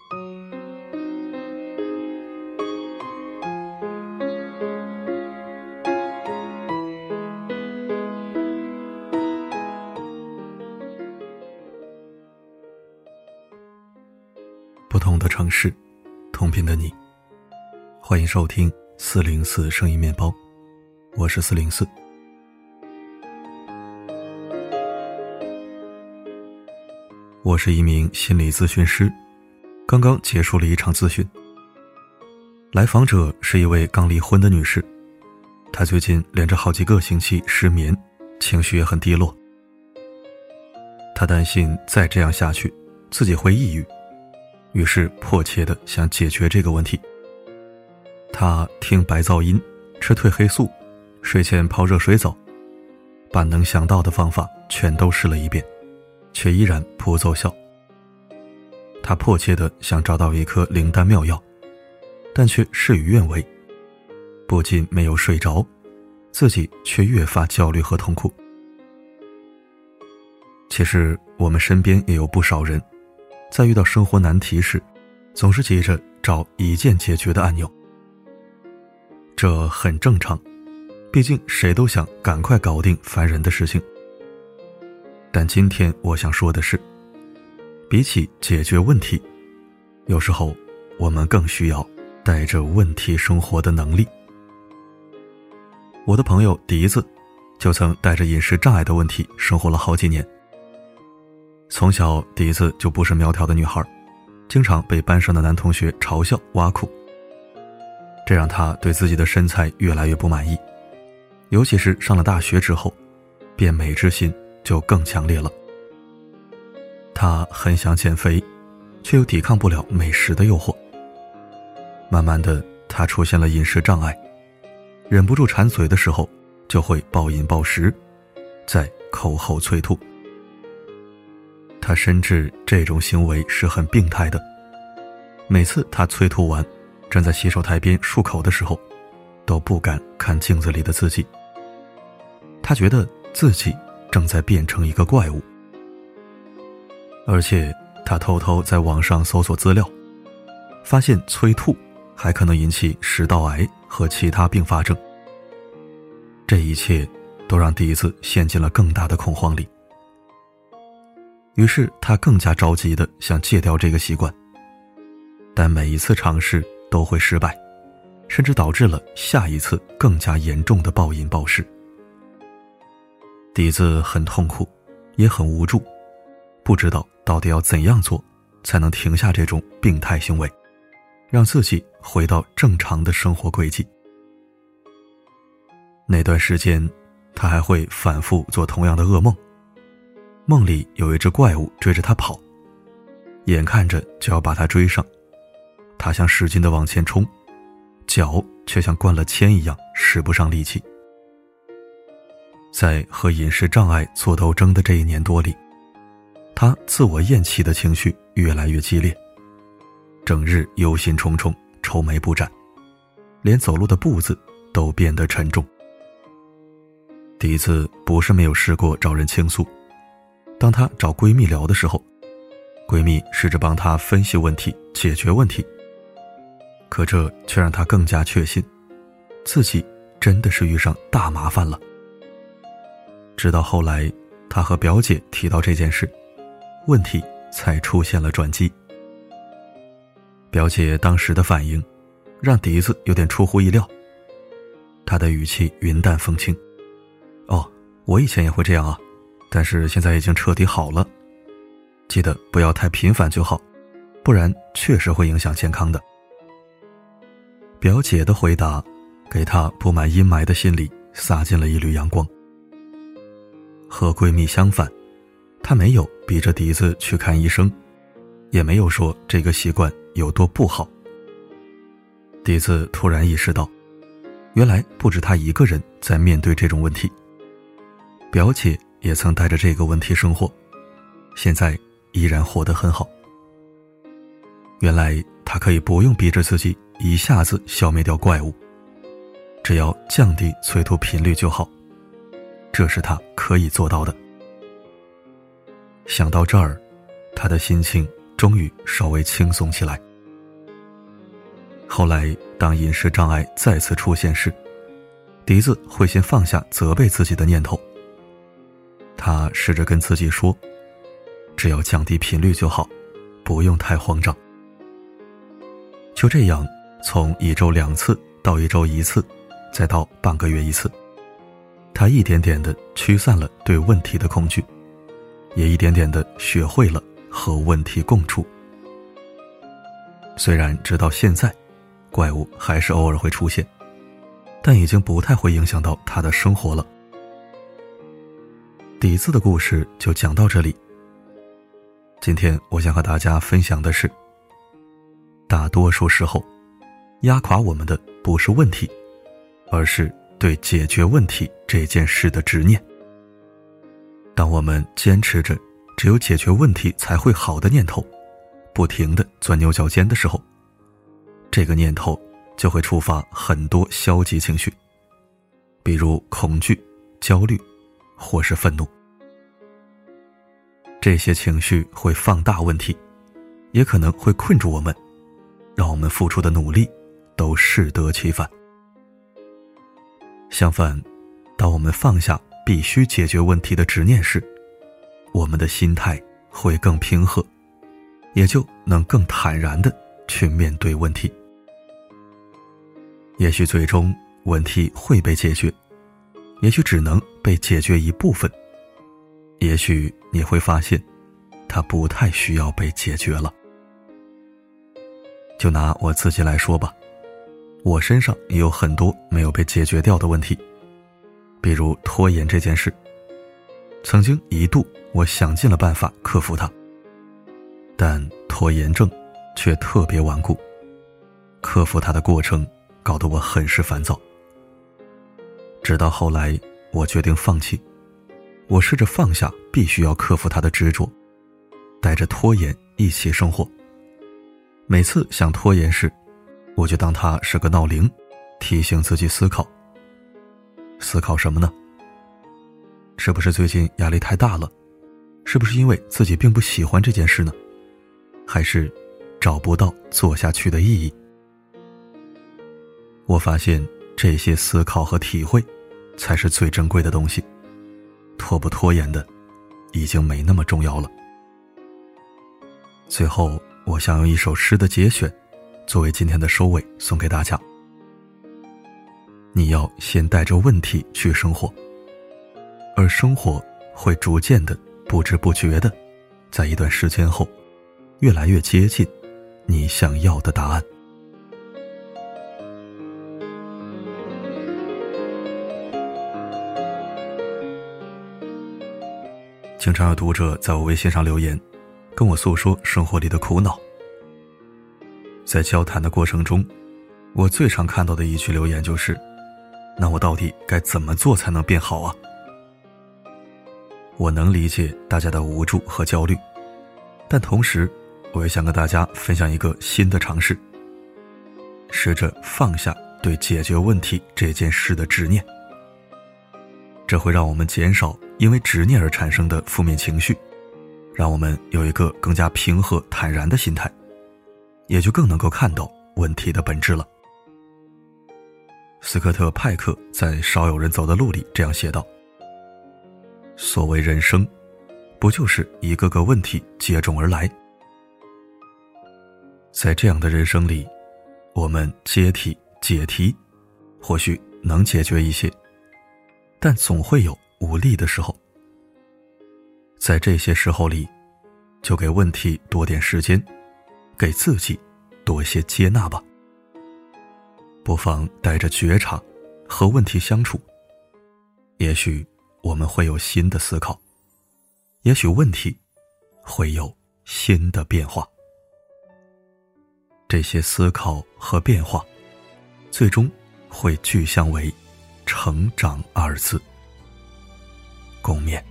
不同的城市，同频的你，欢迎收听404声音面包，我是404。我是一名心理咨询师，刚刚结束了一场咨询。来访者是一位刚离婚的女士，她最近连着好几个星期失眠，情绪也很低落。她担心再这样下去，自己会抑郁，于是迫切地想解决这个问题。她听白噪音，吃褪黑素，睡前泡热水澡，把能想到的方法全都试了一遍，却依然不奏效。她迫切地想找到一颗灵丹妙药，但却事与愿违，不仅没有睡着，自己却越发焦虑和痛苦。其实我们身边也有不少人，在遇到生活难题时，总是急着找一键解决的按钮。这很正常，毕竟谁都想赶快搞定烦人的事情。但今天我想说的是，比起解决问题，有时候我们更需要带着问题生活的能力。我的朋友笛子就曾带着饮食障碍的问题生活了好几年。从小笛子就不是苗条的女孩，经常被班上的男同学嘲笑挖苦，这让她对自己的身材越来越不满意，尤其是上了大学之后，变美之心就更强烈了。她很想减肥，却又抵抗不了美食的诱惑。慢慢的，她出现了饮食障碍，忍不住馋嘴的时候就会暴饮暴食，再口后催吐。他深知这种行为是很病态的，每次他催吐完，站在洗手台边漱口的时候，都不敢看镜子里的自己。他觉得自己正在变成一个怪物。而且他偷偷在网上搜索资料，发现催吐还可能引起食道癌和其他并发症。这一切都让笛子陷进了更大的恐慌里。于是他更加着急地想戒掉这个习惯，但每一次尝试都会失败，甚至导致了下一次更加严重的暴饮暴食。笛子很痛苦，也很无助，不知道到底要怎样做才能停下这种病态行为，让自己回到正常的生活轨迹。那段时间他还会反复做同样的噩梦，梦里有一只怪物追着他跑，眼看着就要把他追上，他想使劲地往前冲，脚却像灌了铅一样使不上力气。在和饮食障碍做斗争的这1年多里，他自我厌弃的情绪越来越激烈，整日忧心忡忡，愁眉不展，连走路的步子都变得沉重。笛子不是没有试过找人倾诉，当她找闺蜜聊的时候，闺蜜试着帮她分析问题，解决问题，可这却让她更加确信，自己真的是遇上大麻烦了。直到后来，她和表姐提到这件事，问题才出现了转机。表姐当时的反应，让笛子有点出乎意料。她的语气云淡风轻：“哦，我以前也会这样啊。但是现在已经彻底好了，记得不要太频繁就好，不然确实会影响健康的。”表姐的回答给她布满阴霾的心里洒进了一缕阳光。和闺蜜相反，她没有逼着笛子去看医生，也没有说这个习惯有多不好。笛子突然意识到，原来不止她一个人在面对这种问题，表姐也曾带着这个问题生活，现在依然活得很好。原来她可以不用逼着自己一下子消灭掉怪物，只要降低催吐频率就好，这是她可以做到的。想到这儿，她的心情终于稍微轻松起来。后来当饮食障碍再次出现时，笛子会先放下责备自己的念头，他试着跟自己说，只要降低频率就好，不用太慌张。就这样，从1周2次到1周1次，再到半个月1次，他一点点地驱散了对问题的恐惧，也一点点地学会了和问题共处。虽然直到现在，怪物还是偶尔会出现，但已经不太会影响到他的生活了。笛子的故事就讲到这里。今天我想和大家分享的是，大多数时候，压垮我们的不是问题，而是对解决问题这件事的执念。当我们坚持着只有解决问题才会好的念头，不停地钻牛角尖的时候，这个念头就会触发很多消极情绪，比如恐惧、焦虑或是愤怒。这些情绪会放大问题，也可能会困住我们，让我们付出的努力都适得其反。相反，当我们放下必须解决问题的执念时，我们的心态会更平和，也就能更坦然地去面对问题。也许最终问题会被解决，也许只能被解决一部分，也许你会发现它不太需要被解决了。就拿我自己来说吧，我身上也有很多没有被解决掉的问题，比如拖延这件事。曾经一度我想尽了办法克服它，但拖延症却特别顽固，克服它的过程搞得我很是烦躁。直到后来我决定放弃，我试着放下必须要克服它的执着，带着拖延一起生活。每次想拖延时，我就当它是个闹铃，提醒自己思考。思考什么呢？是不是最近压力太大了？是不是因为自己并不喜欢这件事呢？还是找不到做下去的意义？我发现这些思考和体会才是最珍贵的东西，拖不拖延的已经没那么重要了。最后，我想用一首诗的节选作为今天的收尾送给大家。你要先带着问题去生活，而生活会逐渐的不知不觉的在一段时间后越来越接近你想要的答案。经常有读者在我微信上留言，跟我诉说生活里的苦恼。在交谈的过程中，我最常看到的一句留言就是，那我到底该怎么做才能变好啊？我能理解大家的无助和焦虑，但同时我也想跟大家分享一个新的尝试，试着放下对解决问题这件事的执念。这会让我们减少因为执念而产生的负面情绪，让我们有一个更加平和坦然的心态，也就更能够看到问题的本质了。斯科特·派克在《少有人走的路》里这样写道，所谓人生，不就是一个个问题接踵而来？在这样的人生里，我们解题，或许能解决一些，但总会有无力的时候。在这些时候里，就给问题多点时间，给自己多些接纳吧。不妨带着觉察和问题相处，也许我们会有新的思考，也许问题会有新的变化。这些思考和变化，最终会具象为成长二字。共勉。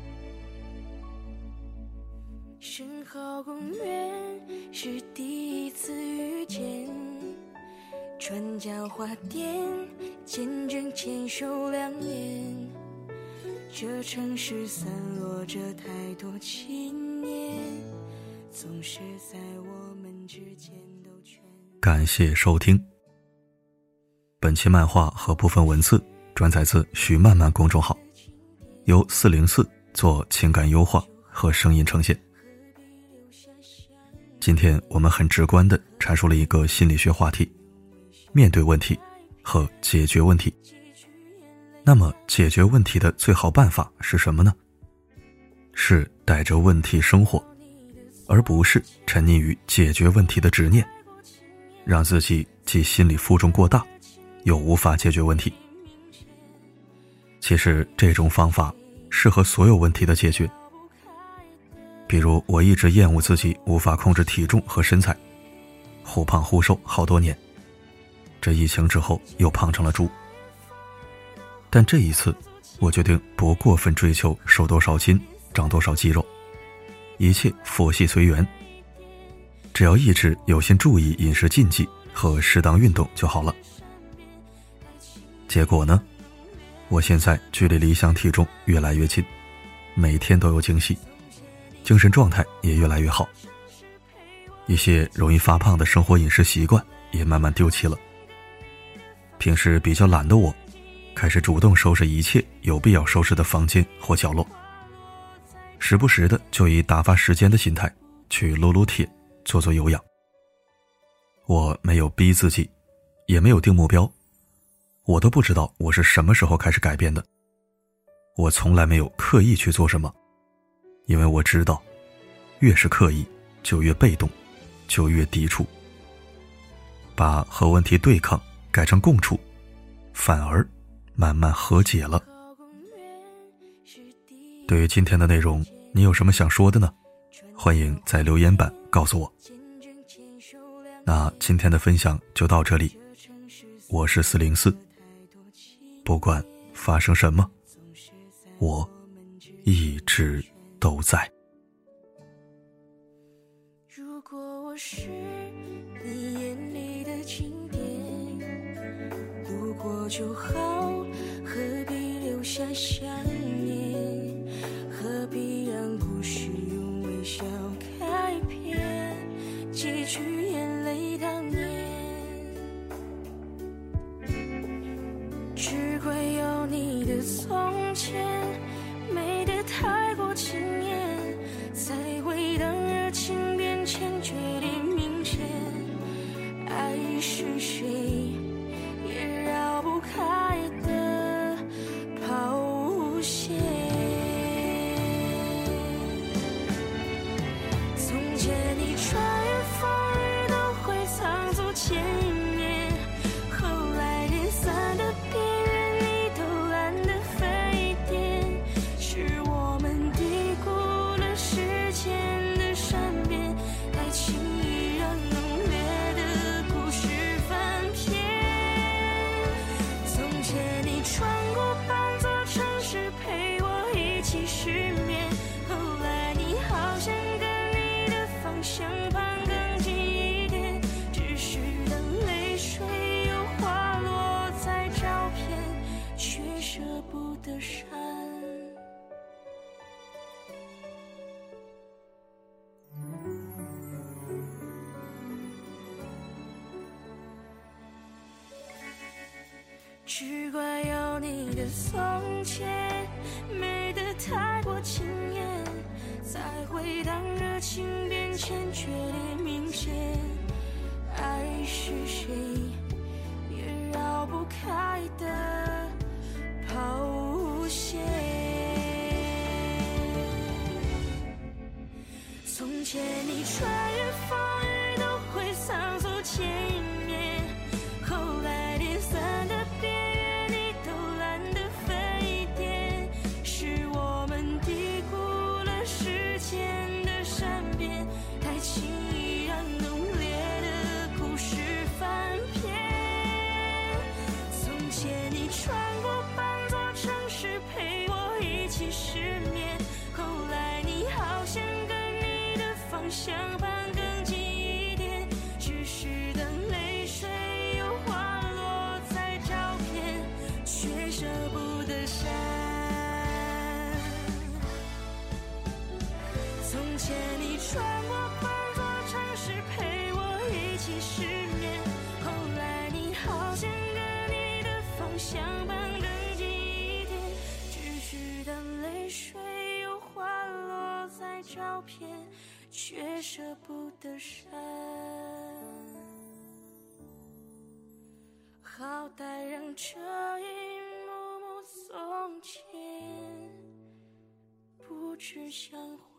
身后公园是第一次遇见，转角花店见证牵手2年，这城市散落着太多纪念， 总是在我们之间兜圈。 感谢收听。本期漫画和部分文字转载自许漫漫公众号，由404做情感优化和声音呈现。今天我们很直观地阐述了一个心理学话题：面对问题和解决问题。那么解决问题的最好办法是什么呢？是带着问题生活，而不是沉溺于解决问题的执念，让自己既心理负重过大，又无法解决问题。其实这种方法适合所有问题的解决。比如我一直厌恶自己无法控制体重和身材，忽胖忽瘦好多年，这疫情之后又胖成了猪。但这一次我决定不过分追求瘦多少斤长多少肌肉，一切佛系随缘，只要一直有心注意饮食禁忌和适当运动就好了。结果呢，我现在距离理想体重越来越近，每天都有惊喜，精神状态也越来越好，一些容易发胖的生活饮食习惯也慢慢丢弃了。平时比较懒的我，开始主动收拾一切有必要收拾的房间或角落，时不时的就以打发时间的心态去撸撸铁，做做有氧。我没有逼自己，也没有定目标，我都不知道我是什么时候开始改变的。我从来没有刻意去做什么，因为我知道越是刻意就越被动，就越抵触。把和问题对抗改成共处，反而慢慢和解了。对于今天的内容，你有什么想说的呢？欢迎在留言板告诉我。那今天的分享就到这里，我是404，不管发生什么，我一直都在。 如果我是你眼里的经典，路过就好，何必留下想念？何必让故事用微笑开篇，几句眼泪当年？只会有你的从前，美得太过惊艳，才会让热情变迁决裂明显。爱是谁也绕不开的抛线。从前你穿越风雨都会仓促前面，后来连伞的边缘你都懒得飞点，是我们低估了时间的善变，太轻易让浓烈的故事翻篇。从前你穿过半座城市陪我一起失眠，后来你好像跟你的方向盘更近一点，只是当泪水又滑落在照片，却舍不得删。只怪有你的从前，美得太过惊艳，才会让热情变迁决裂明显。爱是谁也绕不开的抛线。从前你穿越风雨都会仓促前面，后来连伞的边缘你都懒得飞点，是我们低估了时间的善变，太轻易让浓烈的故事翻篇。从前你穿过半座城市陪我一起失眠，后来你好像跟你的方向盘更照片，却舍不得删。好歹让这一幕幕从前不只像